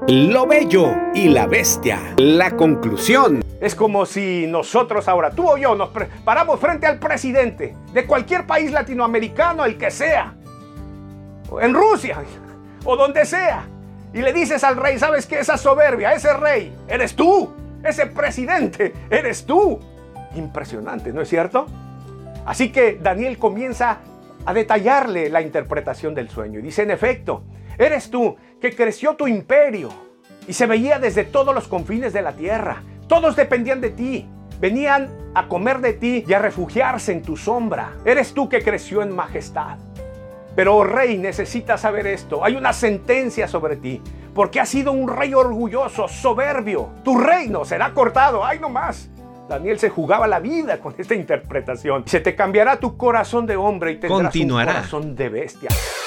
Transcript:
Lo bello y la bestia. La conclusión. Es como si nosotros ahora, tú o yo, nos paramos frente al presidente de cualquier país latinoamericano, el que sea, en Rusia o donde sea, y le dices al rey: ¿sabes qué? Esa soberbia, ese rey, eres tú. Ese presidente, eres tú. Impresionante, ¿no es cierto? Así que Daniel comienza a detallarle la interpretación del sueño y dice: en efecto, eres tú, que creció tu imperio y se veía desde todos los confines de la tierra. Todos dependían de ti, venían a comer de ti y a refugiarse en tu sombra. Eres tú que creció en majestad. Pero, oh rey, necesitas saber esto: hay una sentencia sobre ti, porque has sido un rey orgulloso, soberbio. Tu reino será cortado. ¡Ay, no más! Daniel se jugaba la vida con esta interpretación. Se te cambiará tu corazón de hombre y tendrás un corazón de bestia.